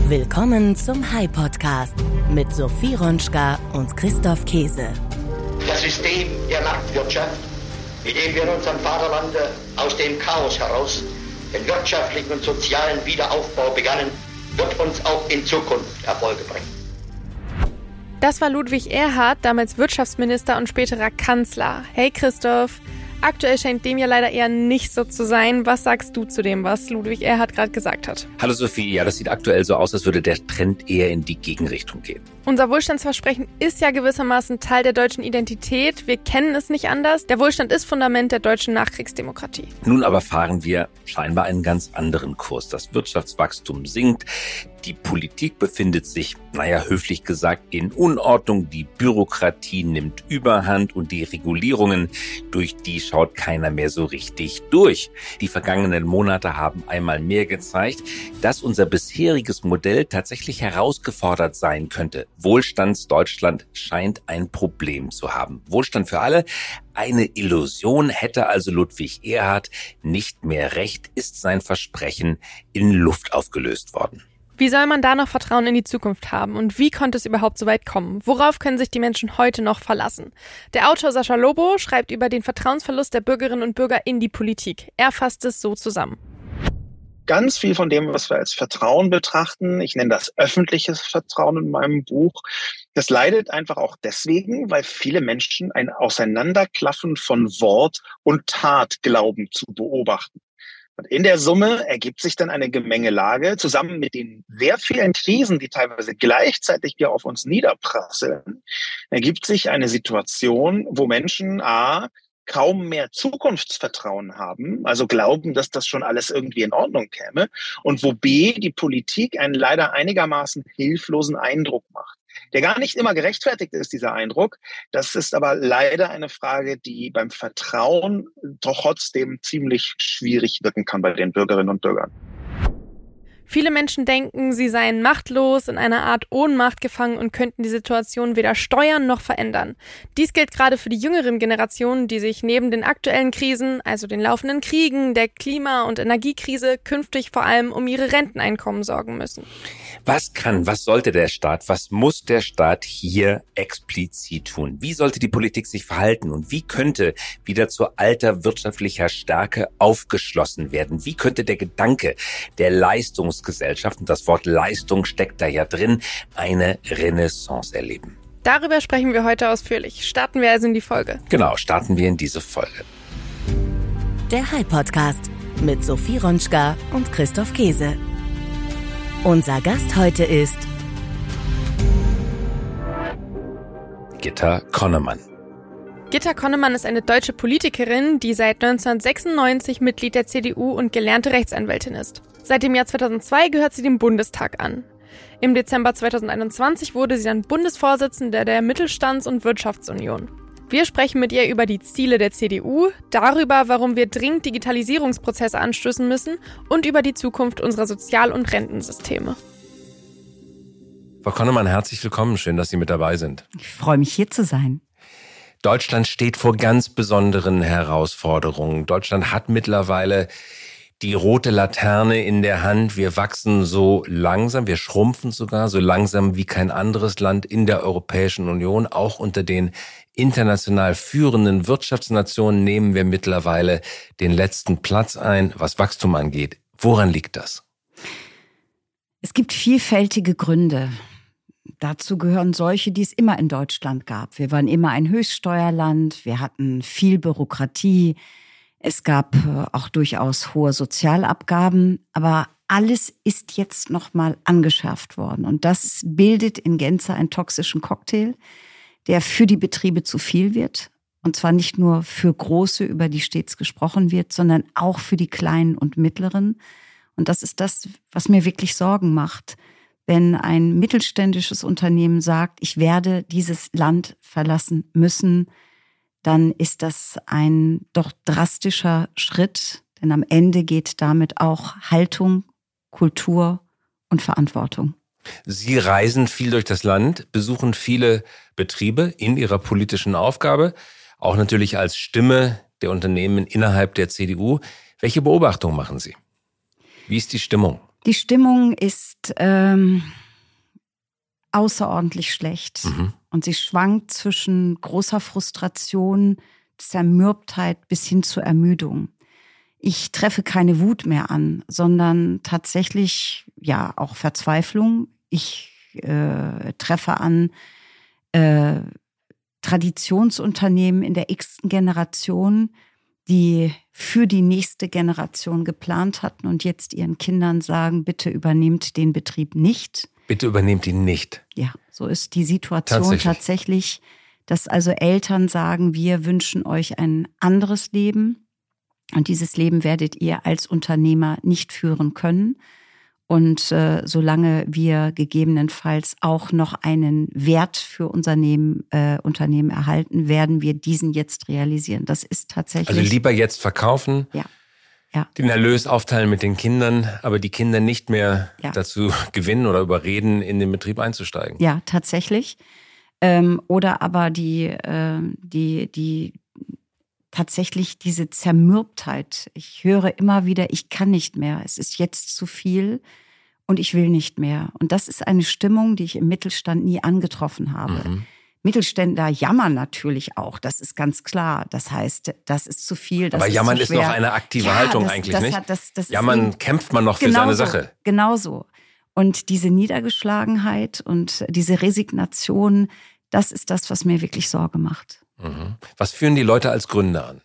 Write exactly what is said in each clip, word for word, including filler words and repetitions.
Willkommen zum Hi-Podcast mit Sophie Ronschka und Christoph Käse. Das System der Marktwirtschaft, mit dem wir in unserem Vaterlande aus dem Chaos heraus den wirtschaftlichen und sozialen Wiederaufbau begannen, wird uns auch in Zukunft Erfolge bringen. Das war Ludwig Erhard, damals Wirtschaftsminister und späterer Kanzler. Hey Christoph, aktuell scheint dem ja leider eher nicht so zu sein. Was sagst du zu dem, was Ludwig Erhard gerade gesagt hat? Hallo Sophie, ja, das sieht aktuell so aus, als würde der Trend eher in die Gegenrichtung gehen. Unser Wohlstandsversprechen ist ja gewissermaßen Teil der deutschen Identität. Wir kennen es nicht anders. Der Wohlstand ist Fundament der deutschen Nachkriegsdemokratie. Nun aber fahren wir scheinbar einen ganz anderen Kurs. Das Wirtschaftswachstum sinkt. Die Politik befindet sich, naja, höflich gesagt, in Unordnung. Die Bürokratie nimmt Überhand und die Regulierungen, durch die schaut keiner mehr so richtig durch. Die vergangenen Monate haben einmal mehr gezeigt, dass unser bisheriges Modell tatsächlich herausgefordert sein könnte. Wohlstandsdeutschland scheint ein Problem zu haben. Wohlstand für alle, eine Illusion, hätte also Ludwig Erhard nicht mehr recht, ist sein Versprechen in Luft aufgelöst worden. Wie soll man da noch Vertrauen in die Zukunft haben? Und wie konnte es überhaupt so weit kommen? Worauf können sich die Menschen heute noch verlassen? Der Autor Sascha Lobo schreibt über den Vertrauensverlust der Bürgerinnen und Bürger in die Politik. Er fasst es so zusammen. Ganz viel von dem, was wir als Vertrauen betrachten, ich nenne das öffentliches Vertrauen in meinem Buch, das leidet einfach auch deswegen, weil viele Menschen ein Auseinanderklaffen von Wort und Tat glauben zu beobachten. Und in der Summe ergibt sich dann eine Gemengelage, zusammen mit den sehr vielen Krisen, die teilweise gleichzeitig hier auf uns niederprasseln, ergibt sich eine Situation, wo Menschen a. kaum mehr Zukunftsvertrauen haben, also glauben, dass das schon alles irgendwie in Ordnung käme, und wo b. die Politik einen leider einigermaßen hilflosen Eindruck macht. Der gar nicht immer gerechtfertigt ist, dieser Eindruck. Das ist aber leider eine Frage, die beim Vertrauen trotzdem ziemlich schwierig wirken kann bei den Bürgerinnen und Bürgern. Viele Menschen denken, sie seien machtlos, in einer Art Ohnmacht gefangen und könnten die Situation weder steuern noch verändern. Dies gilt gerade für die jüngeren Generationen, die sich neben den aktuellen Krisen, also den laufenden Kriegen, der Klima- und Energiekrise, künftig vor allem um ihre Renteneinkommen sorgen müssen. Was kann, was sollte der Staat, was muss der Staat hier explizit tun? Wie sollte die Politik sich verhalten und wie könnte wieder zu alter wirtschaftlicher Stärke aufgeschlossen werden? Wie könnte der Gedanke der Leistungsgesellschaft, und das Wort Leistung steckt da ja drin, eine Renaissance erleben? Darüber sprechen wir heute ausführlich. Starten wir also in die Folge. Genau, starten wir in diese Folge. Der Hi-Podcast mit Sophie Ronschka und Christoph Käse. Unser Gast heute ist Gitta Connemann. Gitta Connemann ist eine deutsche Politikerin, die seit neunzehnhundertsechsundneunzig Mitglied der C D U und gelernte Rechtsanwältin ist. Seit dem Jahr zweitausendzwei gehört sie dem Bundestag an. Im Dezember zweitausendeinundzwanzig wurde sie dann Bundesvorsitzende der Mittelstands- und Wirtschaftsunion. Wir sprechen mit ihr über die Ziele der C D U, darüber, warum wir dringend Digitalisierungsprozesse anstoßen müssen und über die Zukunft unserer Sozial- und Rentensysteme. Frau Connemann, herzlich willkommen. Schön, dass Sie mit dabei sind. Ich freue mich, hier zu sein. Deutschland steht vor ganz besonderen Herausforderungen. Deutschland hat mittlerweile die rote Laterne in der Hand. Wir wachsen so langsam, wir schrumpfen sogar so langsam wie kein anderes Land in der Europäischen Union. Auch unter den international führenden Wirtschaftsnationen nehmen wir mittlerweile den letzten Platz ein, was Wachstum angeht. Woran liegt das? Es gibt vielfältige Gründe. Dazu gehören solche, die es immer in Deutschland gab. Wir waren immer ein Höchststeuerland, wir hatten viel Bürokratie, es gab auch durchaus hohe Sozialabgaben, aber alles ist jetzt nochmal angeschärft worden. Und das bildet in Gänze einen toxischen Cocktail, der für die Betriebe zu viel wird. Und zwar nicht nur für große, über die stets gesprochen wird, sondern auch für die kleinen und mittleren. Und das ist das, was mir wirklich Sorgen macht. Wenn ein mittelständisches Unternehmen sagt, ich werde dieses Land verlassen müssen, dann ist das ein doch drastischer Schritt. Denn am Ende geht damit auch Haltung, Kultur und Verantwortung. Sie reisen viel durch das Land, besuchen viele Betriebe in ihrer politischen Aufgabe, auch natürlich als Stimme der Unternehmen innerhalb der C D U. Welche Beobachtungen machen Sie? Wie ist die Stimmung? Die Stimmung ist ähm, außerordentlich schlecht. Mhm. Und sie schwankt zwischen großer Frustration, Zermürbtheit bis hin zur Ermüdung. Ich treffe keine Wut mehr an, sondern tatsächlich ja auch Verzweiflung. Ich äh, treffe an äh, Traditionsunternehmen in der x-ten Generation, die für die nächste Generation geplant hatten und jetzt ihren Kindern sagen, bitte übernehmt den Betrieb nicht. Bitte übernehmt ihn nicht. Ja, so ist die Situation tatsächlich. tatsächlich, dass also Eltern sagen, wir wünschen euch ein anderes Leben und dieses Leben werdet ihr als Unternehmer nicht führen können. Und äh, solange wir gegebenenfalls auch noch einen Wert für Unternehmen, äh, Unternehmen erhalten, werden wir diesen jetzt realisieren. Das ist tatsächlich... Also lieber jetzt verkaufen, ja, ja. den Erlös aufteilen mit den Kindern, aber die Kinder nicht mehr ja. dazu gewinnen oder überreden, in den Betrieb einzusteigen. Ja, tatsächlich. Ähm, oder aber die, äh, die, die tatsächlich diese Zermürbtheit. Ich höre immer wieder, ich kann nicht mehr, es ist jetzt zu viel und ich will nicht mehr. Und das ist eine Stimmung, die ich im Mittelstand nie angetroffen habe. Mhm. Mittelständler jammern natürlich auch, das ist ganz klar. Das heißt, das ist zu viel, das aber ist jammern zu ist noch eine aktive ja, Haltung das, eigentlich, das nicht? Hat, das, das jammern ist kämpft man noch für genauso, seine Sache. Genau so. Und diese Niedergeschlagenheit und diese Resignation, das ist das, was mir wirklich Sorge macht. Mhm. Was führen die Leute als Gründe an?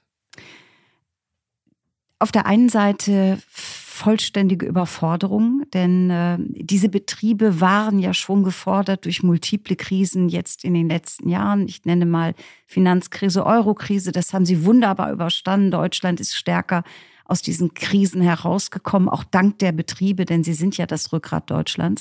Auf der einen Seite vollständige Überforderung, denn äh, diese Betriebe waren ja schon gefordert durch multiple Krisen jetzt in den letzten Jahren. Ich nenne mal Finanzkrise, Eurokrise, das haben sie wunderbar überstanden. Deutschland ist stärker aus diesen Krisen herausgekommen, auch dank der Betriebe, denn sie sind ja das Rückgrat Deutschlands.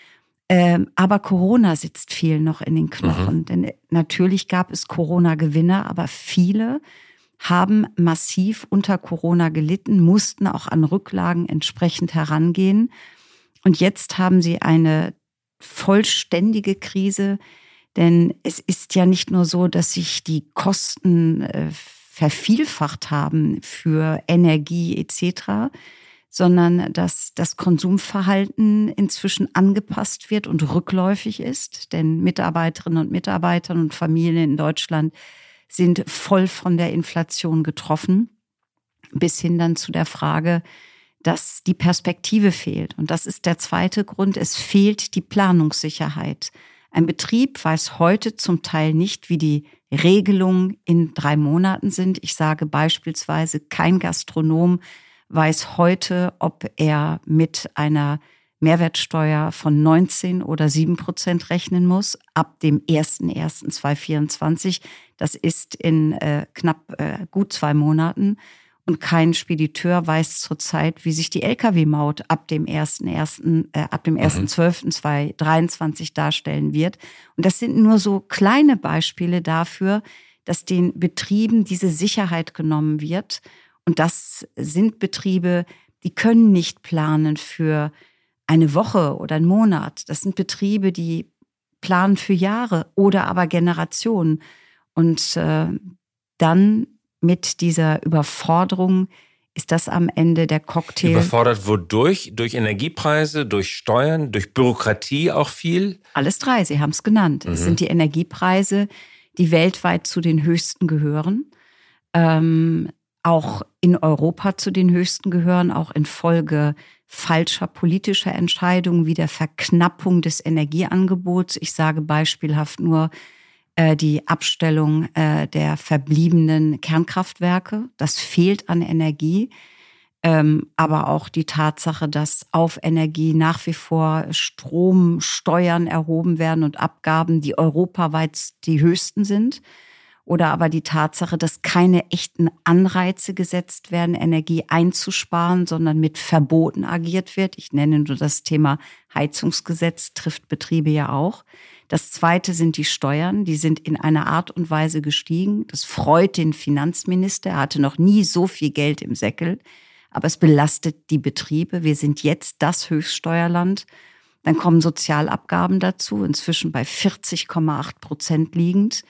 Ähm, aber Corona sitzt vielen noch in den Knochen, mhm. denn natürlich gab es Corona-Gewinner, aber viele haben massiv unter Corona gelitten, mussten auch an Rücklagen entsprechend herangehen. Und jetzt haben sie eine vollständige Krise, denn es ist ja nicht nur so, dass sich die Kosten äh, vervielfacht haben für Energie et cetera, sondern dass das Konsumverhalten inzwischen angepasst wird und rückläufig ist. Denn Mitarbeiterinnen und Mitarbeiter und Familien in Deutschland sind voll von der Inflation getroffen, bis hin dann zu der Frage, dass die Perspektive fehlt. Und das ist der zweite Grund, es fehlt die Planungssicherheit. Ein Betrieb weiß heute zum Teil nicht, wie die Regelungen in drei Monaten sind. Ich sage beispielsweise, kein Gastronom weiß heute, ob er mit einer Mehrwertsteuer von neunzehn oder sieben Prozent rechnen muss, ab dem ersten ersten zweitausendvierundzwanzig. Das ist in äh, knapp äh, gut zwei Monaten. Und kein Spediteur weiß zurzeit, wie sich die L K W-Maut ab dem ersten ersten, äh, ab dem ersten zwölften zweitausenddreiundzwanzig darstellen wird. Und das sind nur so kleine Beispiele dafür, dass den Betrieben diese Sicherheit genommen wird. Und das sind Betriebe, die können nicht planen für eine Woche oder einen Monat. Das sind Betriebe, die planen für Jahre oder aber Generationen. Und äh, dann mit dieser Überforderung ist das am Ende der Cocktail. Überfordert wodurch? Durch Energiepreise, durch Steuern, durch Bürokratie auch viel? Alles drei, Sie haben es genannt. Mhm. Es sind die Energiepreise, die weltweit zu den höchsten gehören. Ähm, auch in Europa zu den höchsten gehören, auch infolge falscher politischer Entscheidungen wie der Verknappung des Energieangebots. Ich sage beispielhaft nur äh, die Abstellung äh, der verbliebenen Kernkraftwerke. Das fehlt an Energie. Ähm, aber auch die Tatsache, dass auf Energie nach wie vor Stromsteuern erhoben werden und Abgaben, die europaweit die höchsten sind. Oder aber die Tatsache, dass keine echten Anreize gesetzt werden, Energie einzusparen, sondern mit Verboten agiert wird. Ich nenne nur das Thema Heizungsgesetz, trifft Betriebe ja auch. Das Zweite sind die Steuern. Die sind in einer Art und Weise gestiegen. Das freut den Finanzminister. Er hatte noch nie so viel Geld im Säckel. Aber es belastet die Betriebe. Wir sind jetzt das Höchststeuerland. Dann kommen Sozialabgaben dazu, inzwischen bei vierzig Komma acht Prozent liegend.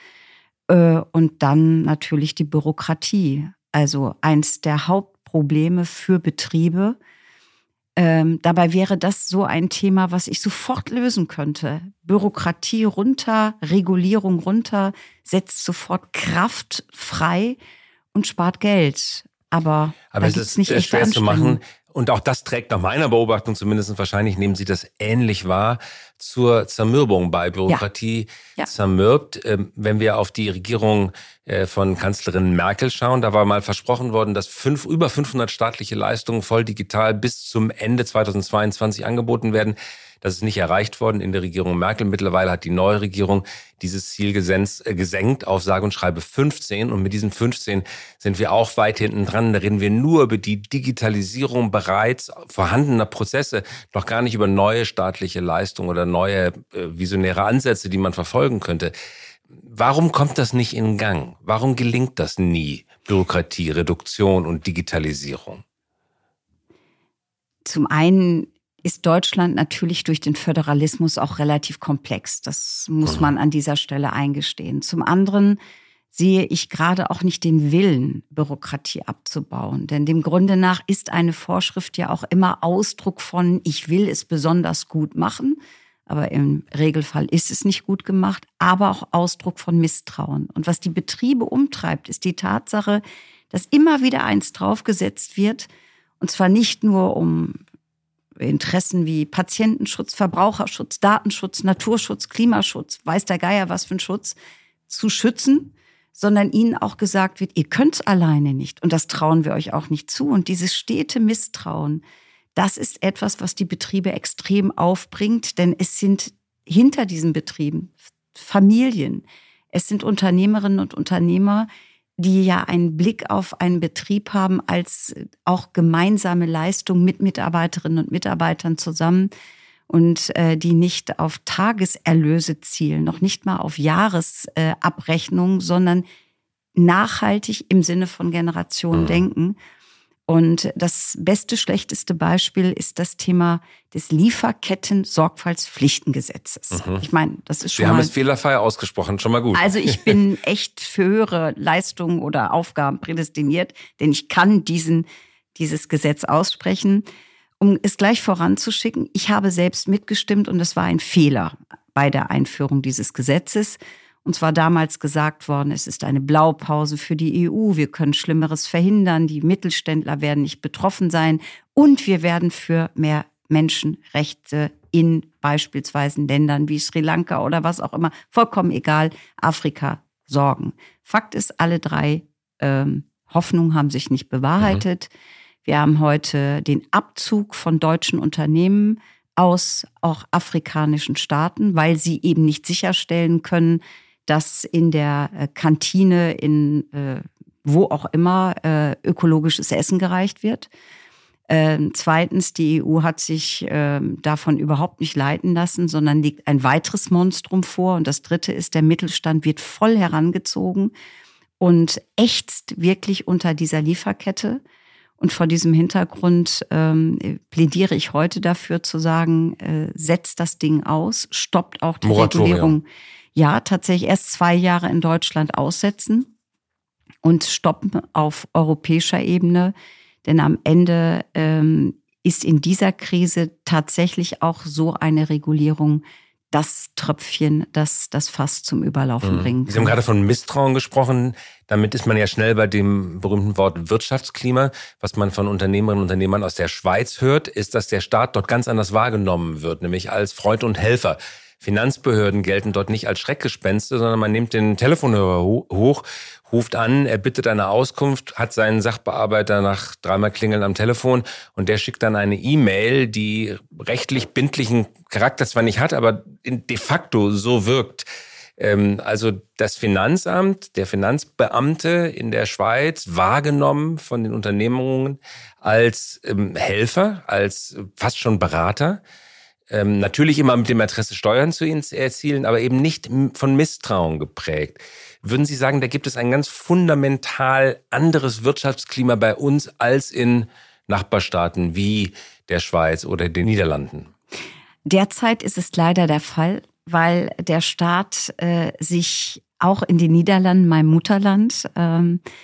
Und dann natürlich die Bürokratie. Also eins der Hauptprobleme für Betriebe. Ähm, dabei wäre das so ein Thema, was ich sofort lösen könnte. Bürokratie runter, Regulierung runter, setzt sofort Kraft frei und spart Geld. Aber, Aber es ist nicht schwer zu machen. Und auch das trägt nach meiner Beobachtung zumindest, wahrscheinlich nehmen Sie das ähnlich wahr, zur Zermürbung bei Bürokratie ja. Ja. zermürbt. Wenn wir auf die Regierung von Kanzlerin Merkel schauen, da war mal versprochen worden, dass fünf, über fünfhundert staatliche Leistungen voll digital bis zum Ende zweitausendzweiundzwanzig angeboten werden. Das ist nicht erreicht worden in der Regierung Merkel. Mittlerweile hat die neue Regierung dieses Ziel gesenkt auf sage und schreibe fünfzehn. Und mit diesen fünfzehn sind wir auch weit hinten dran. Da reden wir nur über die Digitalisierung bereits vorhandener Prozesse, noch gar nicht über neue staatliche Leistungen oder neue visionäre Ansätze, die man verfolgen könnte. Warum kommt das nicht in Gang? Warum gelingt das nie? Bürokratie, Reduktion und Digitalisierung. Zum einen ist Deutschland natürlich durch den Föderalismus auch relativ komplex. Das muss man an dieser Stelle eingestehen. Zum anderen sehe ich gerade auch nicht den Willen, Bürokratie abzubauen. Denn dem Grunde nach ist eine Vorschrift ja auch immer Ausdruck von, ich will es besonders gut machen. Aber im Regelfall ist es nicht gut gemacht, aber auch Ausdruck von Misstrauen. Und was die Betriebe umtreibt, ist die Tatsache, dass immer wieder eins draufgesetzt wird. Und zwar nicht nur um Interessen wie Patientenschutz, Verbraucherschutz, Datenschutz, Naturschutz, Klimaschutz, weiß der Geier was für ein Schutz, zu schützen, sondern ihnen auch gesagt wird, ihr könnt's alleine nicht. Und das trauen wir euch auch nicht zu. Und dieses stete Misstrauen, das ist etwas, was die Betriebe extrem aufbringt, denn es sind hinter diesen Betrieben Familien. Es sind Unternehmerinnen und Unternehmer, die ja einen Blick auf einen Betrieb haben als auch gemeinsame Leistung mit Mitarbeiterinnen und Mitarbeitern zusammen und äh, die nicht auf Tageserlöse zielen, noch nicht mal auf Jahresabrechnungen, äh, sondern nachhaltig im Sinne von Generationen mhm. denken. Und das beste, schlechteste Beispiel ist das Thema des Lieferketten-Sorgfaltspflichtengesetzes. Mhm. Ich meine, das ist schon Wir mal... haben es fehlerfrei ausgesprochen, schon mal gut. Also ich bin echt für höhere Leistungen oder Aufgaben prädestiniert, denn ich kann diesen, dieses Gesetz aussprechen. Um es gleich voranzuschicken, ich habe selbst mitgestimmt und es war ein Fehler bei der Einführung dieses Gesetzes. Uns war damals gesagt worden, es ist eine Blaupause für die E U, wir können Schlimmeres verhindern, die Mittelständler werden nicht betroffen sein und wir werden für mehr Menschenrechte in beispielsweise Ländern wie Sri Lanka oder was auch immer, vollkommen egal, Afrika sorgen. Fakt ist, alle drei ähm, Hoffnungen haben sich nicht bewahrheitet. Mhm. Wir haben heute den Abzug von deutschen Unternehmen aus auch afrikanischen Staaten, weil sie eben nicht sicherstellen können, dass in der Kantine, in äh, wo auch immer, äh, ökologisches Essen gereicht wird. Äh, zweitens, die E U hat sich äh, davon überhaupt nicht leiten lassen, sondern legt ein weiteres Monstrum vor. Und das dritte ist, der Mittelstand wird voll herangezogen und ächzt wirklich unter dieser Lieferkette. Und vor diesem Hintergrund ähm, plädiere ich heute dafür zu sagen, äh, setzt das Ding aus, stoppt auch die Moratorium. Regulierung. Ja, tatsächlich erst zwei Jahre in Deutschland aussetzen und stoppen auf europäischer Ebene. Denn am Ende ähm, ist in dieser Krise tatsächlich auch so eine Regulierung das Tröpfchen, das das Fass zum Überlaufen mhm. bringen kann. Sie haben gerade von Misstrauen gesprochen. Damit ist man ja schnell bei dem berühmten Wort Wirtschaftsklima. Was man von Unternehmerinnen und Unternehmern aus der Schweiz hört, ist, dass der Staat dort ganz anders wahrgenommen wird, nämlich als Freund und Helfer. Finanzbehörden gelten dort nicht als Schreckgespenste, sondern man nimmt den Telefonhörer hoch, ruft an, er bittet eine Auskunft, hat seinen Sachbearbeiter nach dreimal Klingeln am Telefon und der schickt dann eine E-Mail, die rechtlich bindlichen Charakter zwar nicht hat, aber de facto so wirkt. Also das Finanzamt, der Finanzbeamte in der Schweiz, wahrgenommen von den Unternehmungen als Helfer, als fast schon Berater. Ähm, natürlich immer mit dem Interesse, Steuern zu erzielen, aber eben nicht von Misstrauen geprägt. Würden Sie sagen, da gibt es ein ganz fundamental anderes Wirtschaftsklima bei uns als in Nachbarstaaten wie der Schweiz oder den Niederlanden? Derzeit ist es leider der Fall, weil der Staat äh, sich auch in den Niederlanden, meinem Mutterland, ähm,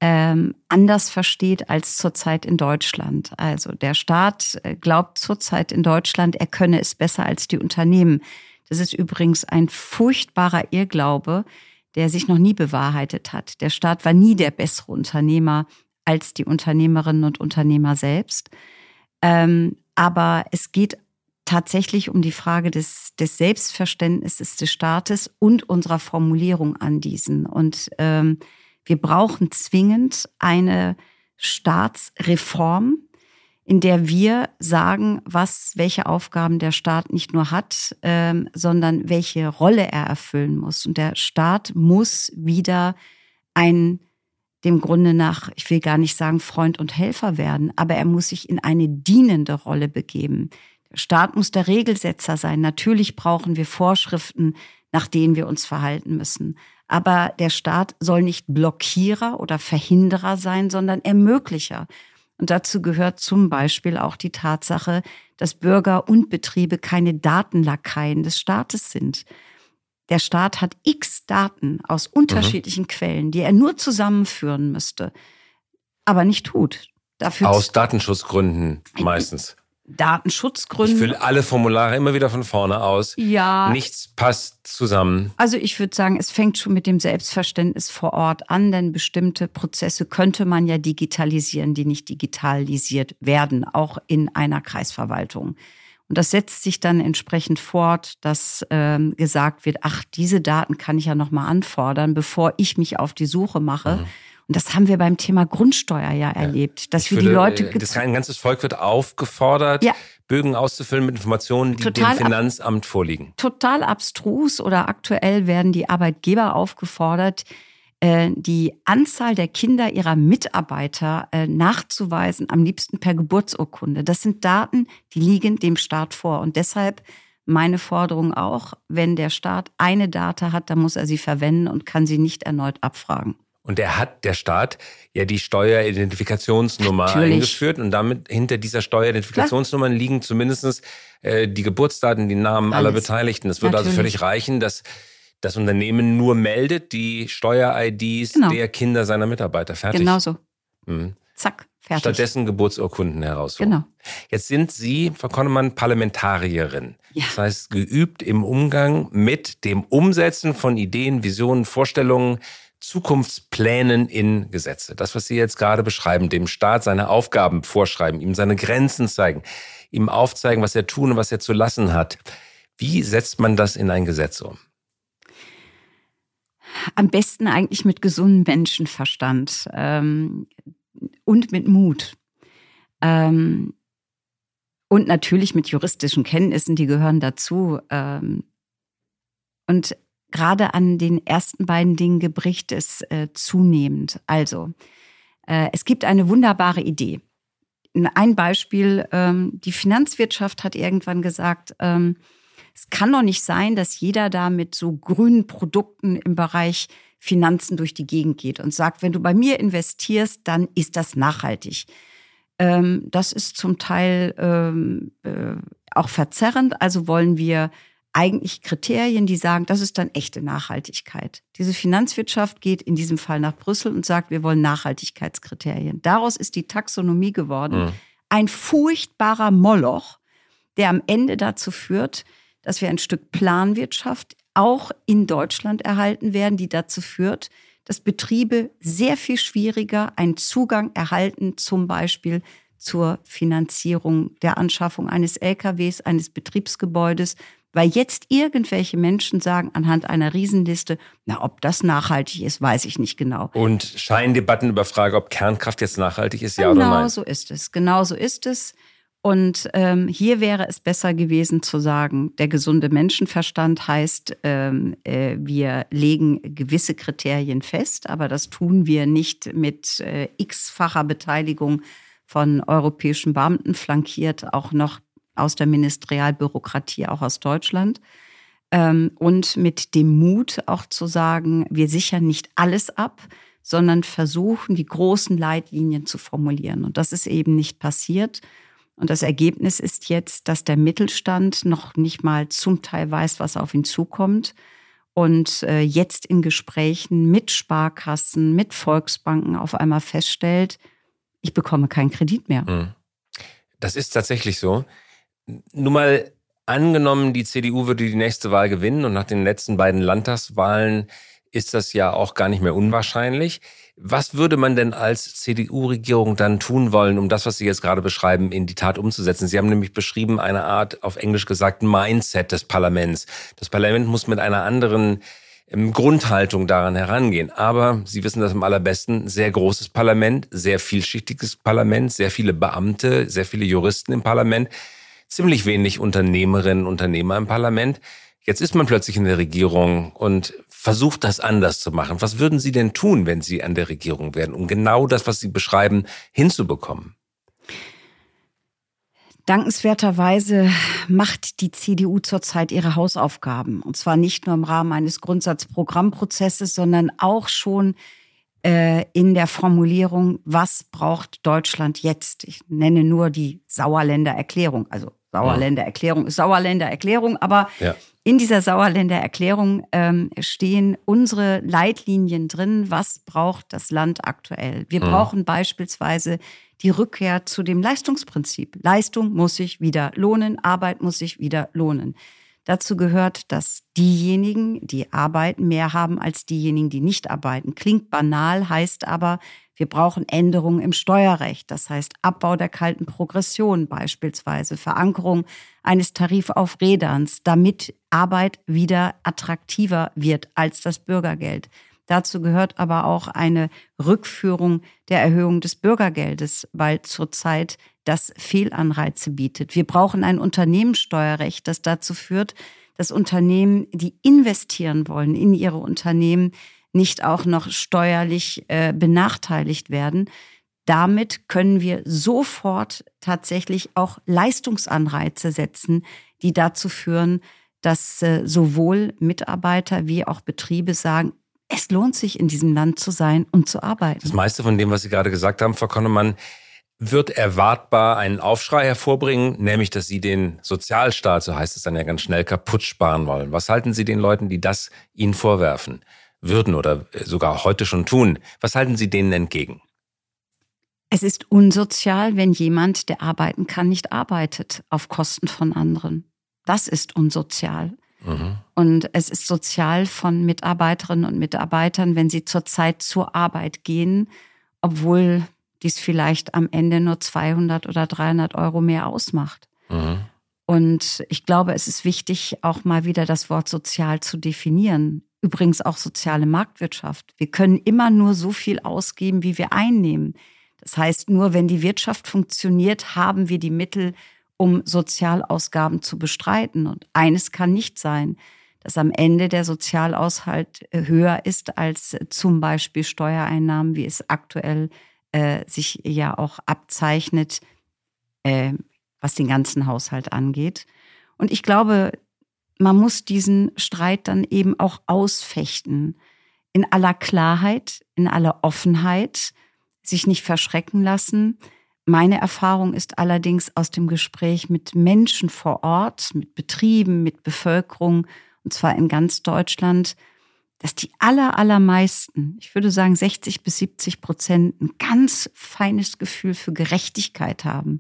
ähm, anders versteht als zurzeit in Deutschland. Also der Staat glaubt zurzeit in Deutschland, er könne es besser als die Unternehmen. Das ist übrigens ein furchtbarer Irrglaube, der sich noch nie bewahrheitet hat. Der Staat war nie der bessere Unternehmer als die Unternehmerinnen und Unternehmer selbst. Ähm, aber es geht tatsächlich um die Frage des, des Selbstverständnisses des Staates und unserer Formulierung an diesen. Und ähm, wir brauchen zwingend eine Staatsreform, in der wir sagen, was, welche Aufgaben der Staat nicht nur hat, ähm, sondern welche Rolle er erfüllen muss. Und der Staat muss wieder ein, dem Grunde nach, ich will gar nicht sagen Freund und Helfer werden, aber er muss sich in eine dienende Rolle begeben. Der Staat muss der Regelsetzer sein. Natürlich brauchen wir Vorschriften, nach denen wir uns verhalten müssen. Aber der Staat soll nicht Blockierer oder Verhinderer sein, sondern Ermöglicher. Und dazu gehört zum Beispiel auch die Tatsache, dass Bürger und Betriebe keine Datenlakaien des Staates sind. Der Staat hat x Daten aus unterschiedlichen mhm. Quellen, die er nur zusammenführen müsste, aber nicht tut. Dafür aus Datenschutzgründen meistens. Datenschutzgründen. Ich fülle alle Formulare immer wieder von vorne aus. Ja. Nichts passt zusammen. Also ich würde sagen, es fängt schon mit dem Selbstverständnis vor Ort an, denn bestimmte Prozesse könnte man ja digitalisieren, die nicht digitalisiert werden, auch in einer Kreisverwaltung. Und das setzt sich dann entsprechend fort, dass ähm, gesagt wird, ach, diese Daten kann ich ja noch mal anfordern, bevor ich mich auf die Suche mache. Mhm. Und das haben wir beim Thema Grundsteuer ja erlebt, dass ich wir würde, die Leute... Das ein ganzes Volk wird aufgefordert, ja. Bögen auszufüllen mit Informationen, die total dem Finanzamt vorliegen. Total abstrus, oder aktuell werden die Arbeitgeber aufgefordert, die Anzahl der Kinder ihrer Mitarbeiter nachzuweisen, am liebsten per Geburtsurkunde. Das sind Daten, die liegen dem Staat vor. Und deshalb meine Forderung auch, wenn der Staat eine Data hat, dann muss er sie verwenden und kann sie nicht erneut abfragen. Und der hat, der Staat, ja die Steueridentifikationsnummer Natürlich. eingeführt. Und damit hinter dieser Steueridentifikationsnummer Klar. liegen zumindest äh, die Geburtsdaten, die Namen Alles. aller Beteiligten. Es würde also völlig reichen, dass das Unternehmen nur meldet die Steuer-I Ds genau. der Kinder seiner Mitarbeiter. Fertig. Genau so. Mhm. Zack, fertig. Stattdessen Geburtsurkunden herausholen. Genau. Jetzt sind Sie, Frau Konnemann, Parlamentarierin. Ja. Das heißt, geübt im Umgang mit dem Umsetzen von Ideen, Visionen, Vorstellungen, Zukunftsplänen in Gesetze. Das, was Sie jetzt gerade beschreiben, dem Staat seine Aufgaben vorschreiben, ihm seine Grenzen zeigen, ihm aufzeigen, was er tun und was er zu lassen hat. Wie setzt man das in ein Gesetz um? Am besten eigentlich mit gesundem Menschenverstand ähm, und mit Mut. Ähm, und natürlich mit juristischen Kenntnissen, die gehören dazu. Ähm, und gerade an den ersten beiden Dingen bricht es äh, zunehmend. Also, äh, es gibt eine wunderbare Idee. Ein Beispiel, ähm, die Finanzwirtschaft hat irgendwann gesagt, ähm, es kann doch nicht sein, dass jeder da mit so grünen Produkten im Bereich Finanzen durch die Gegend geht und sagt, wenn du bei mir investierst, dann ist das nachhaltig. Ähm, das ist zum Teil ähm, äh, auch verzerrend. Also wollen wir eigentlich Kriterien, die sagen, das ist dann echte Nachhaltigkeit. Diese Finanzwirtschaft geht in diesem Fall nach Brüssel und sagt, wir wollen Nachhaltigkeitskriterien. Daraus ist die Taxonomie geworden. Mhm. Ein furchtbarer Moloch, der am Ende dazu führt, dass wir ein Stück Planwirtschaft auch in Deutschland erhalten werden, die dazu führt, dass Betriebe sehr viel schwieriger einen Zugang erhalten, zum Beispiel zur Finanzierung der Anschaffung eines L K Ws, eines Betriebsgebäudes, weil jetzt irgendwelche Menschen sagen anhand einer Riesenliste, na, ob das nachhaltig ist, weiß ich nicht genau. Und Scheindebatten über Frage, ob Kernkraft jetzt nachhaltig ist, ja genau oder nein? Genau so ist es, genau so ist es. Und ähm, hier wäre es besser gewesen zu sagen, der gesunde Menschenverstand heißt, ähm, äh, wir legen gewisse Kriterien fest, aber das tun wir nicht mit äh, x-facher Beteiligung von europäischen Beamten, flankiert auch noch aus der Ministerialbürokratie, auch aus Deutschland. Ähm, und mit dem Mut auch zu sagen, wir sichern nicht alles ab, sondern versuchen, die großen Leitlinien zu formulieren. Und das ist eben nicht passiert. Und das Ergebnis ist jetzt, dass der Mittelstand noch nicht mal zum Teil weiß, was auf ihn zukommt. und äh, jetzt in Gesprächen mit Sparkassen, mit Volksbanken auf einmal feststellt, ich bekomme keinen Kredit mehr. Das ist tatsächlich so. Nur mal angenommen, die C D U würde die nächste Wahl gewinnen und nach den letzten beiden Landtagswahlen ist das ja auch gar nicht mehr unwahrscheinlich. Was würde man denn als C D U-Regierung dann tun wollen, um das, was Sie jetzt gerade beschreiben, in die Tat umzusetzen? Sie haben nämlich beschrieben, eine Art, auf Englisch gesagt, Mindset des Parlaments. Das Parlament muss mit einer anderen Grundhaltung daran herangehen. Aber Sie wissen das am allerbesten, sehr großes Parlament, sehr vielschichtiges Parlament, sehr viele Beamte, sehr viele Juristen im Parlament, ziemlich wenig Unternehmerinnen und Unternehmer im Parlament. Jetzt ist man plötzlich in der Regierung und versucht das anders zu machen. Was würden Sie denn tun, wenn Sie an der Regierung wären, um genau das, was Sie beschreiben, hinzubekommen? Dankenswerterweise macht die C D U zurzeit ihre Hausaufgaben. Und zwar nicht nur im Rahmen eines Grundsatzprogrammprozesses, sondern auch schon äh, in der Formulierung, was braucht Deutschland jetzt? Ich nenne nur die Sauerländer Erklärung. Also Sauerländer Erklärung ist Sauerländer Erklärung, aber ja. In dieser Sauerländer Erklärung ähm, stehen unsere Leitlinien drin, was braucht das Land aktuell. Wir mhm. brauchen beispielsweise die Rückkehr zu dem Leistungsprinzip. Leistung muss sich wieder lohnen, Arbeit muss sich wieder lohnen. Dazu gehört, dass diejenigen, die arbeiten, mehr haben als diejenigen, die nicht arbeiten. Klingt banal, heißt aber, wir brauchen Änderungen im Steuerrecht. Das heißt Abbau der kalten Progression beispielsweise, Verankerung eines Tarifaufräderns, damit Arbeit wieder attraktiver wird als das Bürgergeld. Dazu gehört aber auch eine Rückführung der Erhöhung des Bürgergeldes, weil zurzeit das Fehlanreize bietet. Wir brauchen ein Unternehmenssteuerrecht, das dazu führt, dass Unternehmen, die investieren wollen in ihre Unternehmen, nicht auch noch steuerlich äh, benachteiligt werden. Damit können wir sofort tatsächlich auch Leistungsanreize setzen, die dazu führen, dass äh, sowohl Mitarbeiter wie auch Betriebe sagen, es lohnt sich, in diesem Land zu sein und zu arbeiten. Das meiste von dem, was Sie gerade gesagt haben, Frau Konnemann, wird erwartbar einen Aufschrei hervorbringen, nämlich, dass Sie den Sozialstaat, so heißt es dann ja ganz schnell, kaputt sparen wollen. Was halten Sie den Leuten, die das Ihnen vorwerfen würden oder sogar heute schon tun? Was halten Sie denen entgegen? Es ist unsozial, wenn jemand, der arbeiten kann, nicht arbeitet auf Kosten von anderen. Das ist unsozial. Mhm. Und es ist sozial von Mitarbeiterinnen und Mitarbeitern, wenn sie zurzeit zur Arbeit gehen, obwohl dies vielleicht am Ende nur zweihundert oder dreihundert Euro mehr ausmacht. Mhm. Und ich glaube, es ist wichtig, auch mal wieder das Wort sozial zu definieren. Übrigens auch soziale Marktwirtschaft. Wir können immer nur so viel ausgeben, wie wir einnehmen. Das heißt, nur wenn die Wirtschaft funktioniert, haben wir die Mittel, um Sozialausgaben zu bestreiten. Und eines kann nicht sein, dass am Ende der Sozialhaushalt höher ist als zum Beispiel Steuereinnahmen, wie es aktuell äh, sich ja auch abzeichnet, äh, was den ganzen Haushalt angeht. Und ich glaube, man muss diesen Streit dann eben auch ausfechten. In aller Klarheit, in aller Offenheit, sich nicht verschrecken lassen. Meine Erfahrung ist allerdings aus dem Gespräch mit Menschen vor Ort, mit Betrieben, mit Bevölkerung, und zwar in ganz Deutschland, dass die aller, allermeisten, ich würde sagen sechzig bis siebzig Prozent, ein ganz feines Gefühl für Gerechtigkeit haben.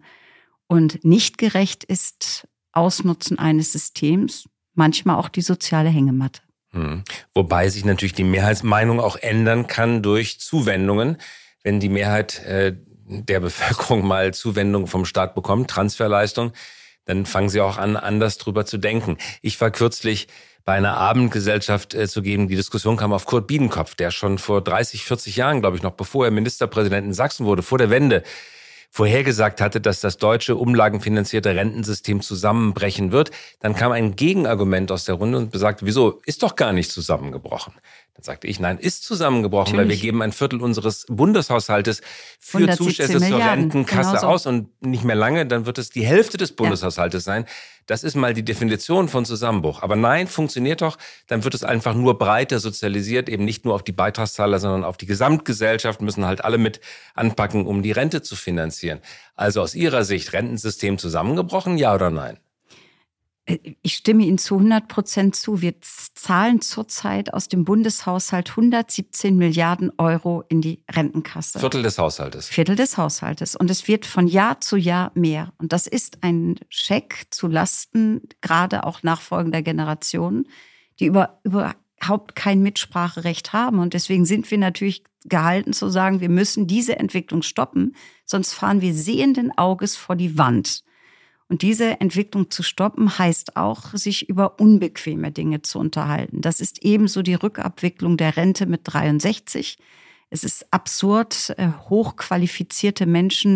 Und nicht gerecht ist Ausnutzen eines Systems, manchmal auch die soziale Hängematte. Hm. Wobei sich natürlich die Mehrheitsmeinung auch ändern kann durch Zuwendungen. Wenn die Mehrheit äh, der Bevölkerung mal Zuwendungen vom Staat bekommt, Transferleistung, dann fangen sie auch an, anders drüber zu denken. Ich war kürzlich bei einer Abendgesellschaft äh, zu geben, die Diskussion kam auf Kurt Biedenkopf, der schon vor dreißig, vierzig Jahren, glaube ich, noch bevor er Ministerpräsident in Sachsen wurde, vor der Wende, vorhergesagt hatte, dass das deutsche umlagenfinanzierte Rentensystem zusammenbrechen wird. Dann kam ein Gegenargument aus der Runde und besagte, wieso, ist doch gar nicht zusammengebrochen. Dann sagte ich, nein, ist zusammengebrochen, Natürlich. Weil wir geben ein Viertel unseres Bundeshaushaltes für Zuschüsse zur Rentenkasse genau so. aus und nicht mehr lange, dann wird es die Hälfte des Bundeshaushaltes ja. sein. Das ist mal die Definition von Zusammenbruch. Aber nein, funktioniert doch, dann wird es einfach nur breiter sozialisiert, eben nicht nur auf die Beitragszahler, sondern auf die Gesamtgesellschaft, müssen halt alle mit anpacken, um die Rente zu finanzieren. Also aus Ihrer Sicht, Rentensystem zusammengebrochen, ja oder nein? Ich stimme Ihnen zu hundert Prozent zu. Wir zahlen zurzeit aus dem Bundeshaushalt hundertsiebzehn Milliarden Euro in die Rentenkasse. Viertel des Haushaltes. Viertel des Haushaltes. Und es wird von Jahr zu Jahr mehr. Und das ist ein Scheck zu Lasten gerade auch nachfolgender Generationen, die über, überhaupt kein Mitspracherecht haben. Und deswegen sind wir natürlich gehalten zu sagen, wir müssen diese Entwicklung stoppen, sonst fahren wir sehenden Auges vor die Wand. Und diese Entwicklung zu stoppen, heißt auch, sich über unbequeme Dinge zu unterhalten. Das ist ebenso die Rückabwicklung der Rente mit dreiundsechzig. Es ist absurd, hochqualifizierte Menschen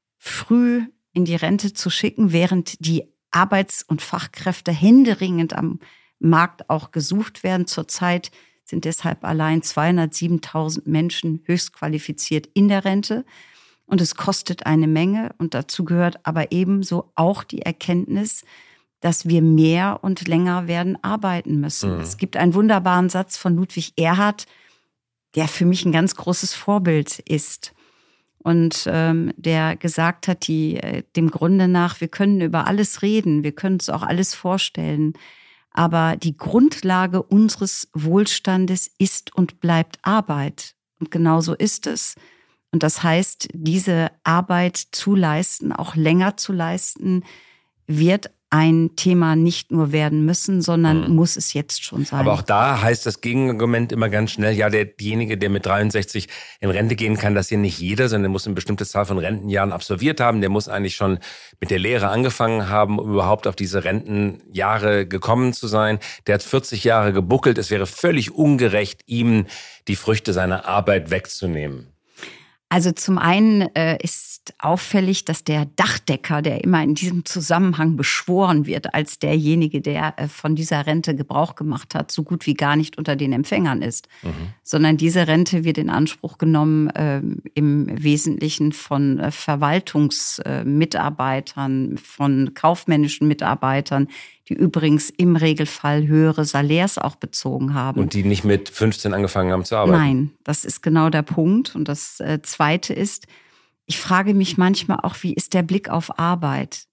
früh in die Rente zu schicken, während die Arbeits- und Fachkräfte händeringend am Markt auch gesucht werden. Zurzeit sind deshalb allein zweihundertsiebentausend Menschen höchst qualifiziert in der Rente. Und es kostet eine Menge. Und dazu gehört aber ebenso auch die Erkenntnis, dass wir mehr und länger werden arbeiten müssen. Mhm. Es gibt einen wunderbaren Satz von Ludwig Erhard, der für mich ein ganz großes Vorbild ist. Und ähm, der gesagt hat, die, äh, dem Grunde nach, wir können über alles reden, wir können uns auch alles vorstellen. Aber die Grundlage unseres Wohlstandes ist und bleibt Arbeit. Und genau so ist es. Und das heißt, diese Arbeit zu leisten, auch länger zu leisten, wird ein Thema nicht nur werden müssen, sondern mhm. muss es jetzt schon sein. Aber auch da heißt das Gegenargument immer ganz schnell, ja, derjenige, der mit dreiundsechzig in Rente gehen kann, das hier nicht jeder, sondern der muss eine bestimmte Zahl von Rentenjahren absolviert haben. Der muss eigentlich schon mit der Lehre angefangen haben, um überhaupt auf diese Rentenjahre gekommen zu sein. Der hat vierzig Jahre gebuckelt. Es wäre völlig ungerecht, ihm die Früchte seiner Arbeit wegzunehmen. Also zum einen äh, ist auffällig, dass der Dachdecker, der immer in diesem Zusammenhang beschworen wird als derjenige, der äh, von dieser Rente Gebrauch gemacht hat, so gut wie gar nicht unter den Empfängern ist. Mhm. Sondern diese Rente wird in Anspruch genommen äh, im Wesentlichen von äh, Verwaltungsmitarbeitern, äh, von kaufmännischen Mitarbeitern, die übrigens im Regelfall höhere Salärs auch bezogen haben. Und die nicht mit fünfzehn angefangen haben zu arbeiten. Nein, das ist genau der Punkt. Und das äh, Zweite ist, ich frage mich manchmal auch, wie ist der Blick auf Arbeit?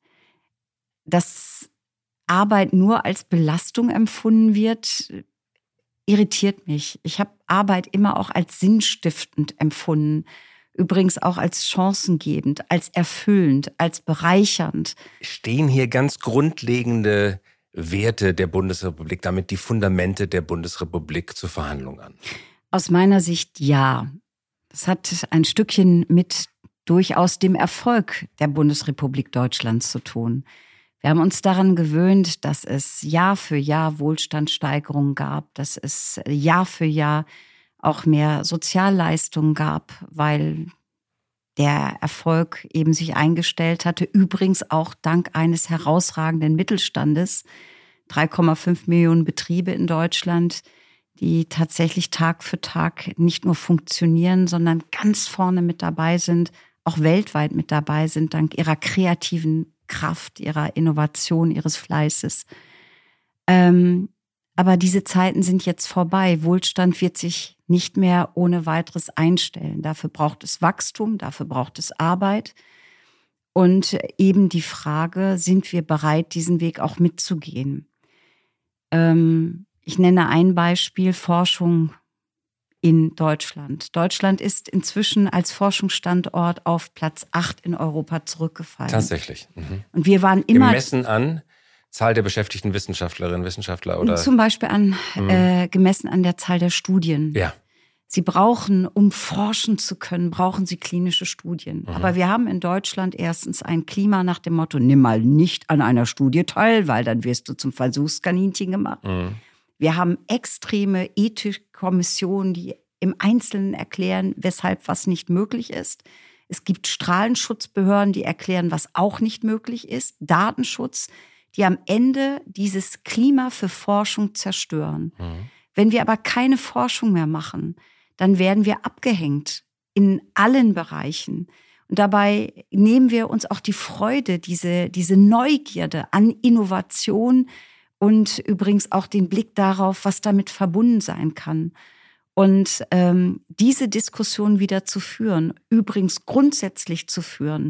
Dass Arbeit nur als Belastung empfunden wird, irritiert mich. Ich habe Arbeit immer auch als sinnstiftend empfunden. Übrigens auch als chancengebend, als erfüllend, als bereichernd. Stehen hier ganz grundlegende Werte der Bundesrepublik, damit die Fundamente der Bundesrepublik zur Verhandlung an? Aus meiner Sicht ja. Das hat ein Stückchen mit durchaus dem Erfolg der Bundesrepublik Deutschlands zu tun. Wir haben uns daran gewöhnt, dass es Jahr für Jahr Wohlstandssteigerungen gab, dass es Jahr für Jahr auch mehr Sozialleistungen gab, weil der Erfolg eben sich eingestellt hatte. Übrigens auch dank eines herausragenden Mittelstandes. drei Komma fünf Millionen Betriebe in Deutschland, die tatsächlich Tag für Tag nicht nur funktionieren, sondern ganz vorne mit dabei sind, auch weltweit mit dabei sind, dank ihrer kreativen Kraft, ihrer Innovation, ihres Fleißes. Ähm, aber diese Zeiten sind jetzt vorbei. Wohlstand wird sich nicht mehr ohne weiteres einstellen. Dafür braucht es Wachstum, dafür braucht es Arbeit. Und eben die Frage, sind wir bereit, diesen Weg auch mitzugehen? Ähm, ich nenne ein Beispiel, Forschung in Deutschland. Deutschland ist inzwischen als Forschungsstandort auf Platz acht in Europa zurückgefallen. Tatsächlich. Mhm. Und wir waren immer... Gemessen an Zahl der beschäftigten Wissenschaftlerinnen, Wissenschaftler oder? Zum Beispiel an, mhm. äh, gemessen an der Zahl der Studien. Ja. Sie brauchen, um forschen zu können, brauchen sie klinische Studien. Mhm. Aber wir haben in Deutschland erstens ein Klima nach dem Motto, nimm mal nicht an einer Studie teil, weil dann wirst du zum Versuchskaninchen gemacht. Mhm. Wir haben extreme ethische Kommissionen, die im Einzelnen erklären, weshalb was nicht möglich ist. Es gibt Strahlenschutzbehörden, die erklären, was auch nicht möglich ist. Datenschutz, die am Ende dieses Klima für Forschung zerstören. Mhm. Wenn wir aber keine Forschung mehr machen, dann werden wir abgehängt in allen Bereichen. Und dabei nehmen wir uns auch die Freude, diese, diese Neugierde an Innovation und übrigens auch den Blick darauf, was damit verbunden sein kann. Und ähm, diese Diskussion wieder zu führen, übrigens grundsätzlich zu führen,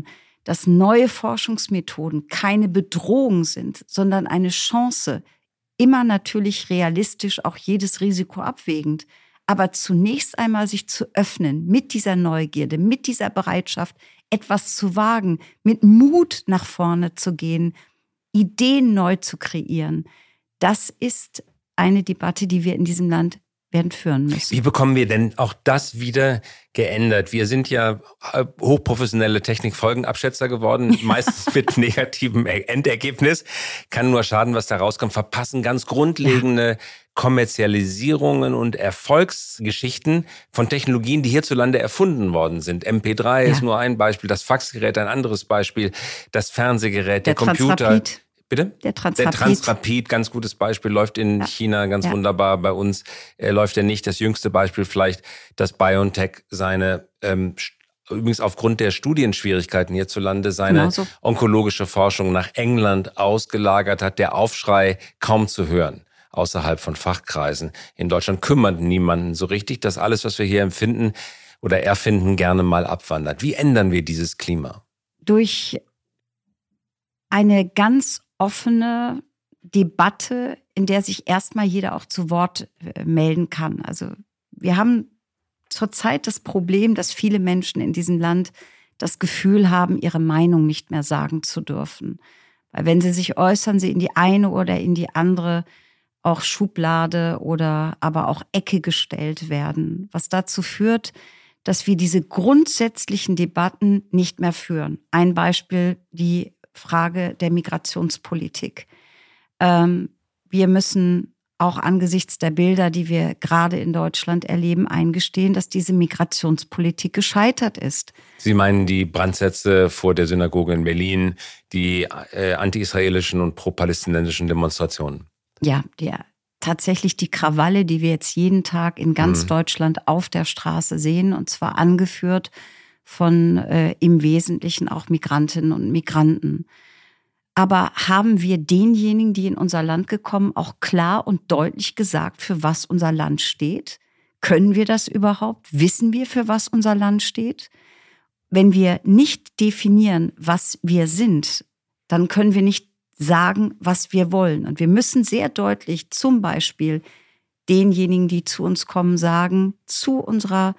dass neue Forschungsmethoden keine Bedrohung sind, sondern eine Chance, immer natürlich realistisch, auch jedes Risiko abwägend, aber zunächst einmal sich zu öffnen mit dieser Neugierde, mit dieser Bereitschaft, etwas zu wagen, mit Mut nach vorne zu gehen, Ideen neu zu kreieren. Das ist eine Debatte, die wir in diesem Land werden führen müssen. Wie bekommen wir denn auch das wieder geändert? Wir sind ja hochprofessionelle Technikfolgenabschätzer geworden, meistens mit negativem Endergebnis. Kann nur schaden, was da rauskommt. Verpassen ganz grundlegende ja. Kommerzialisierungen und Erfolgsgeschichten von Technologien, die hierzulande erfunden worden sind. M P drei ja. ist nur ein Beispiel, das Faxgerät ein anderes Beispiel, das Fernsehgerät, der, der Computer. Transrapid. Bitte? Der Transrapid. Der Transrapid, ganz gutes Beispiel, läuft in ja. China ganz ja. wunderbar. Bei uns äh, läuft er nicht. Das jüngste Beispiel vielleicht, dass BioNTech seine, ähm, übrigens aufgrund der Studienschwierigkeiten hierzulande, seine genau so. onkologische Forschung nach England ausgelagert hat. Der Aufschrei kaum zu hören außerhalb von Fachkreisen. In Deutschland kümmert niemanden so richtig, dass alles, was wir hier empfinden oder erfinden, gerne mal abwandert. Wie ändern wir dieses Klima? Durch eine ganz offene Debatte, in der sich erstmal jeder auch zu Wort melden kann. Also wir haben zurzeit das Problem, dass viele Menschen in diesem Land das Gefühl haben, ihre Meinung nicht mehr sagen zu dürfen. Weil wenn sie sich äußern, sie in die eine oder in die andere auch Schublade oder aber auch Ecke gestellt werden, was dazu führt, dass wir diese grundsätzlichen Debatten nicht mehr führen. Ein Beispiel, die Frage der Migrationspolitik. Ähm, wir müssen auch angesichts der Bilder, die wir gerade in Deutschland erleben, eingestehen, dass diese Migrationspolitik gescheitert ist. Sie meinen die Brandsätze vor der Synagoge in Berlin, die äh, anti-israelischen und pro-palästinensischen Demonstrationen? Ja, der, tatsächlich die Krawalle, die wir jetzt jeden Tag in ganz mhm. Deutschland auf der Straße sehen, und zwar angeführt von äh, im Wesentlichen auch Migrantinnen und Migranten. Aber haben wir denjenigen, die in unser Land gekommen, auch klar und deutlich gesagt, für was unser Land steht? Können wir das überhaupt? Wissen wir, für was unser Land steht? Wenn wir nicht definieren, was wir sind, dann können wir nicht sagen, was wir wollen. Und wir müssen sehr deutlich zum Beispiel denjenigen, die zu uns kommen, sagen, zu unserer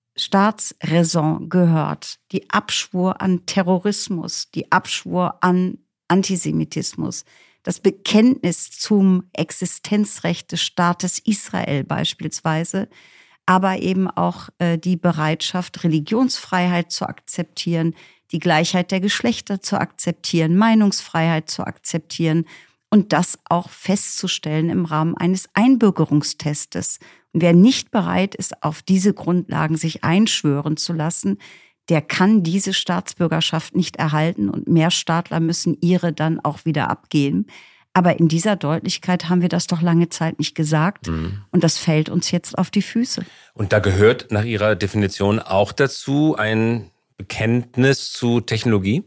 Staatsräson gehört die Abschwur an Terrorismus, die Abschwur an Antisemitismus, das Bekenntnis zum Existenzrecht des Staates Israel beispielsweise, aber eben auch äh, die Bereitschaft, Religionsfreiheit zu akzeptieren, die Gleichheit der Geschlechter zu akzeptieren, Meinungsfreiheit zu akzeptieren und das auch festzustellen im Rahmen eines Einbürgerungstestes. Und wer nicht bereit ist, auf diese Grundlagen sich einschwören zu lassen, der kann diese Staatsbürgerschaft nicht erhalten und Mehrstaatler müssen ihre dann auch wieder abgeben. Aber in dieser Deutlichkeit haben wir das doch lange Zeit nicht gesagt. Mhm. Und das fällt uns jetzt auf die Füße. Und da gehört nach Ihrer Definition auch dazu ein Bekenntnis zu Technologie?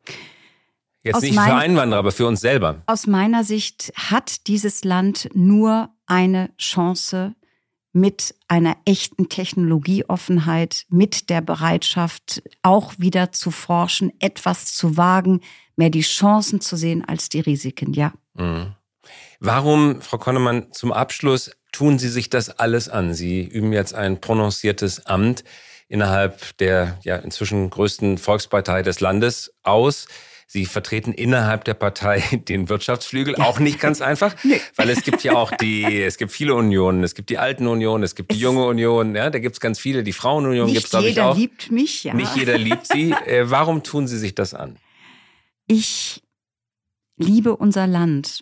Jetzt aus nicht mein, für Einwanderer, aber für uns selber. Aus meiner Sicht hat dieses Land nur eine Chance mit einer echten Technologieoffenheit, mit der Bereitschaft, auch wieder zu forschen, etwas zu wagen, mehr die Chancen zu sehen als die Risiken, ja. Mhm. Warum, Frau Konnemann, zum Abschluss tun Sie sich das alles an? Sie üben jetzt ein prononciertes Amt innerhalb der ja inzwischen größten Volkspartei des Landes aus. Sie vertreten innerhalb der Partei den Wirtschaftsflügel, ja. Auch nicht ganz einfach, nee. Weil es gibt ja auch die, es gibt viele Unionen, es gibt die Alten Union, es gibt die es Junge Union, ja, da gibt es ganz viele, die Frauenunion gibt es, glaube ich, auch. Nicht jeder liebt mich, ja. Nicht jeder liebt Sie. Äh, warum tun Sie sich das an? Ich liebe unser Land.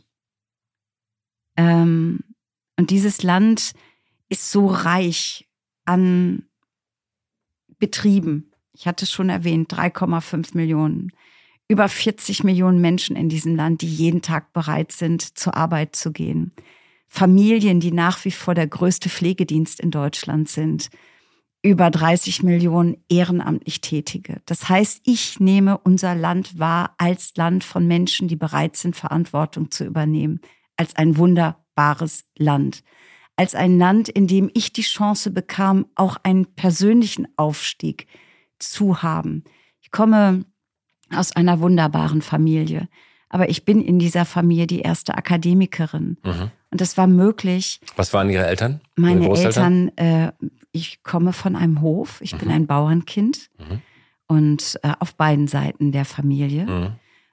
Ähm, und dieses Land ist so reich an Betrieben. Ich hatte es schon erwähnt, drei Komma fünf Millionen. Über vierzig Millionen Menschen in diesem Land, die jeden Tag bereit sind, zur Arbeit zu gehen. Familien, die nach wie vor der größte Pflegedienst in Deutschland sind. Über dreißig Millionen ehrenamtlich Tätige. Das heißt, ich nehme unser Land wahr als Land von Menschen, die bereit sind, Verantwortung zu übernehmen. Als ein wunderbares Land. Als ein Land, in dem ich die Chance bekam, auch einen persönlichen Aufstieg zu haben. Ich komme aus einer wunderbaren Familie. Aber ich bin in dieser Familie die erste Akademikerin. Mhm. Und das war möglich. Was waren Ihre Eltern? Meine Ihre Eltern, äh, ich komme von einem Hof. Ich mhm. bin ein Bauernkind. Mhm. Und äh, auf beiden Seiten der Familie. Mhm.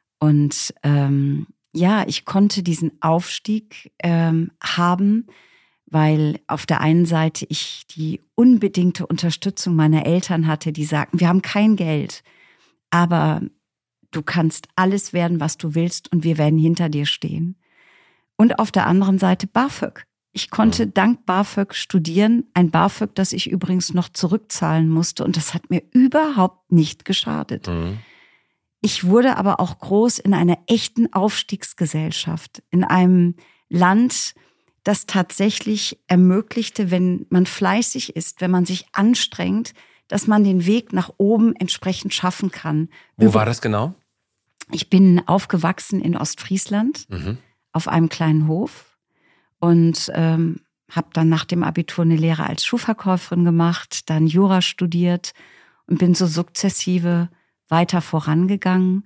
Und ähm, ja, ich konnte diesen Aufstieg ähm, haben, weil auf der einen Seite ich die unbedingte Unterstützung meiner Eltern hatte, die sagten, wir haben kein Geld, aber du kannst alles werden, was du willst und wir werden hinter dir stehen. Und auf der anderen Seite BAföG. Ich konnte mhm. dank BAföG studieren, ein BAföG, das ich übrigens noch zurückzahlen musste und das hat mir überhaupt nicht geschadet. Mhm. Ich wurde aber auch groß in einer echten Aufstiegsgesellschaft, in einem Land, das tatsächlich ermöglichte, wenn man fleißig ist, wenn man sich anstrengt, dass man den Weg nach oben entsprechend schaffen kann. Wo Über- war das genau? Ich bin aufgewachsen in Ostfriesland, mhm. auf einem kleinen Hof und ähm, habe dann nach dem Abitur eine Lehre als Schuhverkäuferin gemacht, dann Jura studiert und bin so sukzessive weiter vorangegangen.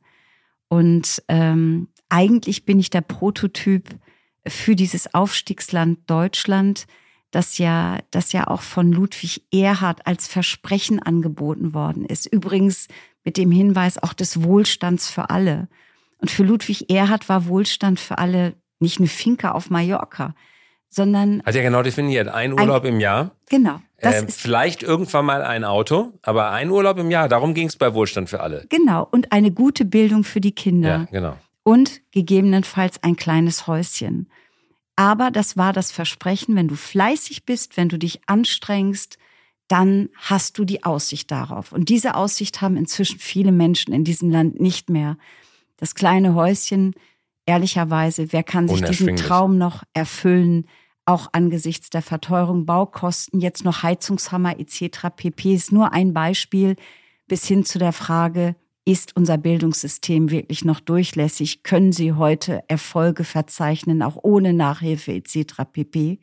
Und ähm, eigentlich bin ich der Prototyp für dieses Aufstiegsland Deutschland, das ja, das ja auch von Ludwig Erhard als Versprechen angeboten worden ist. Übrigens mit dem Hinweis auch des Wohlstands für alle. Und für Ludwig Erhard war Wohlstand für alle nicht eine Finca auf Mallorca, sondern... Hat ja genau definiert, ein Urlaub ein, im Jahr. Genau. Das äh, ist vielleicht irgendwann mal ein Auto, aber ein Urlaub im Jahr, darum ging es bei Wohlstand für alle. Genau, und eine gute Bildung für die Kinder. Ja, genau. Und gegebenenfalls ein kleines Häuschen. Aber das war das Versprechen, wenn du fleißig bist, wenn du dich anstrengst, dann hast du die Aussicht darauf. Und diese Aussicht haben inzwischen viele Menschen in diesem Land nicht mehr. Das kleine Häuschen, ehrlicherweise, wer kann sich diesen Traum noch erfüllen, auch angesichts der Verteuerung, Baukosten, jetzt noch Heizungshammer et cetera pp. Ist nur ein Beispiel bis hin zu der Frage, ist unser Bildungssystem wirklich noch durchlässig? Können Sie heute Erfolge verzeichnen, auch ohne Nachhilfe et cetera pp.?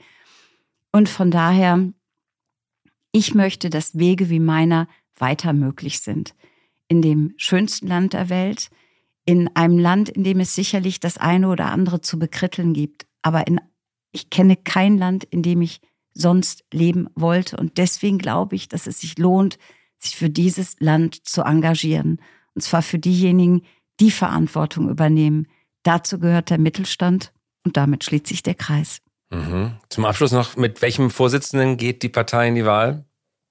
Und von daher, ich möchte, dass Wege wie meiner weiter möglich sind. In dem schönsten Land der Welt, in einem Land, in dem es sicherlich das eine oder andere zu bekritteln gibt. Aber in, ich kenne kein Land, in dem ich sonst leben wollte. Und deswegen glaube ich, dass es sich lohnt, sich für dieses Land zu engagieren. Und zwar für diejenigen, die Verantwortung übernehmen. Dazu gehört der Mittelstand und damit schließt sich der Kreis. Mhm. Zum Abschluss noch, mit welchem Vorsitzenden geht die Partei in die Wahl?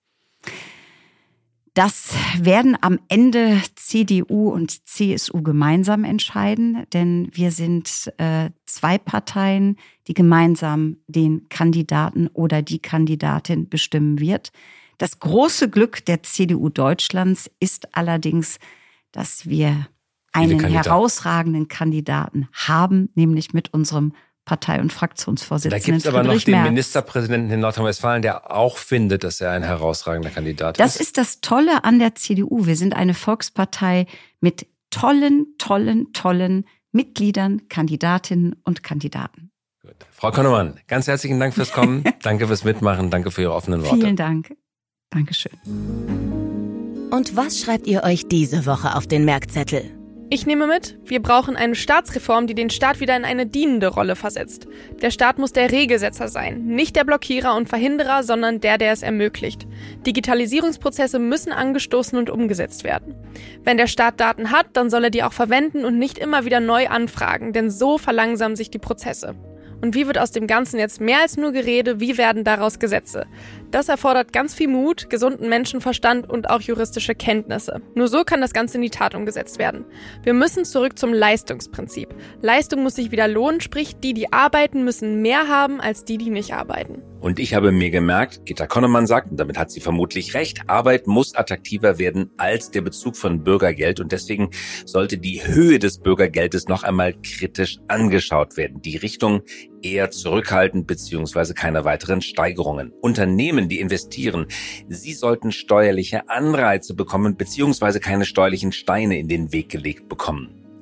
Das werden am Ende C D U und C S U gemeinsam entscheiden, denn wir sind äh, zwei Parteien, die gemeinsam den Kandidaten oder die Kandidatin bestimmen wird. Das große Glück der C D U Deutschlands ist allerdings, dass wir einen herausragenden Kandidaten haben, nämlich mit unserem Partei- und Fraktionsvorsitzenden. Da gibt es aber noch Friedrich den Merz. Ministerpräsidenten in Nordrhein-Westfalen, der auch findet, dass er ein herausragender Kandidat das ist. Das ist das Tolle an der C D U. Wir sind eine Volkspartei mit tollen, tollen, tollen Mitgliedern, Kandidatinnen und Kandidaten. Gut. Frau Konnemann, ganz herzlichen Dank fürs Kommen. Danke fürs Mitmachen. Danke für Ihre offenen Worte. Vielen Dank. Dankeschön. Und was schreibt ihr euch diese Woche auf den Merkzettel? Ich nehme mit, wir brauchen eine Staatsreform, die den Staat wieder in eine dienende Rolle versetzt. Der Staat muss der Regelsetzer sein, nicht der Blockierer und Verhinderer, sondern der, der es ermöglicht. Digitalisierungsprozesse müssen angestoßen und umgesetzt werden. Wenn der Staat Daten hat, dann soll er die auch verwenden und nicht immer wieder neu anfragen, denn so verlangsamen sich die Prozesse. Und wie wird aus dem Ganzen jetzt mehr als nur Gerede, wie werden daraus Gesetze? Das erfordert ganz viel Mut, gesunden Menschenverstand und auch juristische Kenntnisse. Nur so kann das Ganze in die Tat umgesetzt werden. Wir müssen zurück zum Leistungsprinzip. Leistung muss sich wieder lohnen, sprich, die, die arbeiten, müssen mehr haben als die, die nicht arbeiten. Und ich habe mir gemerkt, Gitta Konnemann sagt, und damit hat sie vermutlich recht, Arbeit muss attraktiver werden als der Bezug von Bürgergeld. Und deswegen sollte die Höhe des Bürgergeldes noch einmal kritisch angeschaut werden. Die Richtung eher zurückhaltend beziehungsweise keine weiteren Steigerungen. Unternehmen, die investieren, sie sollten steuerliche Anreize bekommen beziehungsweise keine steuerlichen Steine in den Weg gelegt bekommen.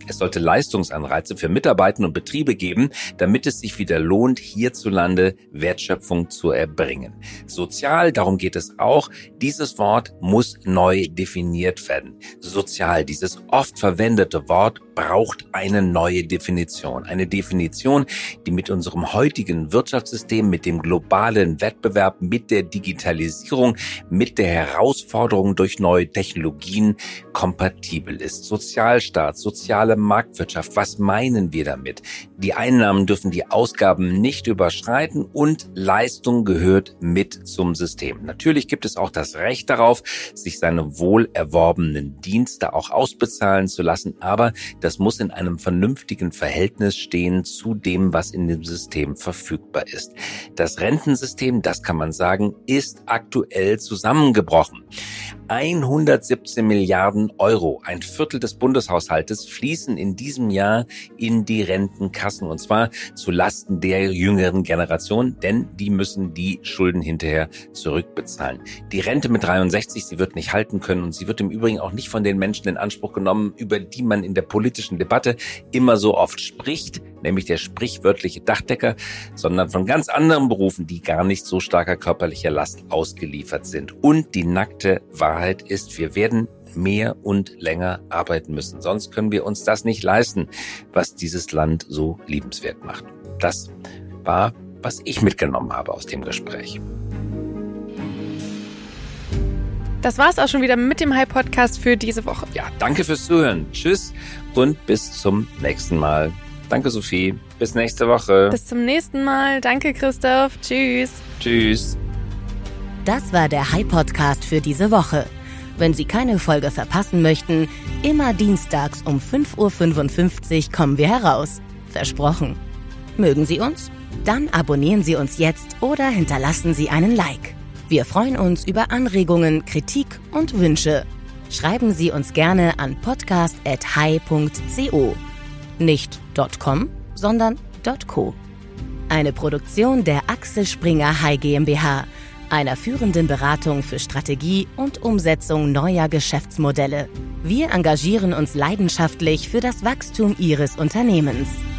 Es sollte Leistungsanreize für Mitarbeitende und Betriebe geben, damit es sich wieder lohnt, hierzulande Wertschöpfung zu erbringen. Sozial, darum geht es auch, dieses Wort muss neu definiert werden. Sozial, dieses oft verwendete Wort, braucht eine neue Definition. Eine Definition, die mit unserem heutigen Wirtschaftssystem, mit dem globalen Wettbewerb, mit der Digitalisierung, mit der Herausforderung durch neue Technologien kompatibel ist. Sozialstaat, soziale Marktwirtschaft, was meinen wir damit? Die Einnahmen dürfen die Ausgaben nicht überschreiten und Leistung gehört mit zum System. Natürlich gibt es auch das Recht darauf, sich seine wohl erworbenen Dienste auch ausbezahlen zu lassen, aber das muss in einem vernünftigen Verhältnis stehen zu dem, was in dem System verfügbar ist. Das Rentensystem, das kann man sagen, ist aktuell zusammengebrochen. hundertsiebzehn Milliarden Euro, ein Viertel des Bundeshaushaltes, fließen in diesem Jahr in die Rentenkassen und zwar zu Lasten der jüngeren Generation, denn die müssen die Schulden hinterher zurückbezahlen. Die Rente mit dreiundsechzig, sie wird nicht halten können und sie wird im Übrigen auch nicht von den Menschen in Anspruch genommen, über die man in der politischen Debatte immer so oft spricht, nämlich der sprichwörtliche Dachdecker, sondern von ganz anderen Berufen, die gar nicht so starker körperlicher Last ausgeliefert sind. Und die nackte Wahrheit ist, wir werden mehr und länger arbeiten müssen. Sonst können wir uns das nicht leisten, was dieses Land so liebenswert macht. Das war, was ich mitgenommen habe aus dem Gespräch. Das war's auch schon wieder mit dem Hi-Podcast für diese Woche. Ja, danke fürs Zuhören. Tschüss und bis zum nächsten Mal. Danke, Sophie. Bis nächste Woche. Bis zum nächsten Mal. Danke, Christoph. Tschüss. Tschüss. Das war der Hi-Podcast für diese Woche. Wenn Sie keine Folge verpassen möchten, immer dienstags um fünf Uhr fünfundfünfzig kommen wir heraus. Versprochen. Mögen Sie uns? Dann abonnieren Sie uns jetzt oder hinterlassen Sie einen Like. Wir freuen uns über Anregungen, Kritik und Wünsche. Schreiben Sie uns gerne an podcast at hi punkt co. Nicht .com, sondern .co. Eine Produktion der Axel Springer Hi GmbH, einer führenden Beratung für Strategie und Umsetzung neuer Geschäftsmodelle. Wir engagieren uns leidenschaftlich für das Wachstum Ihres Unternehmens.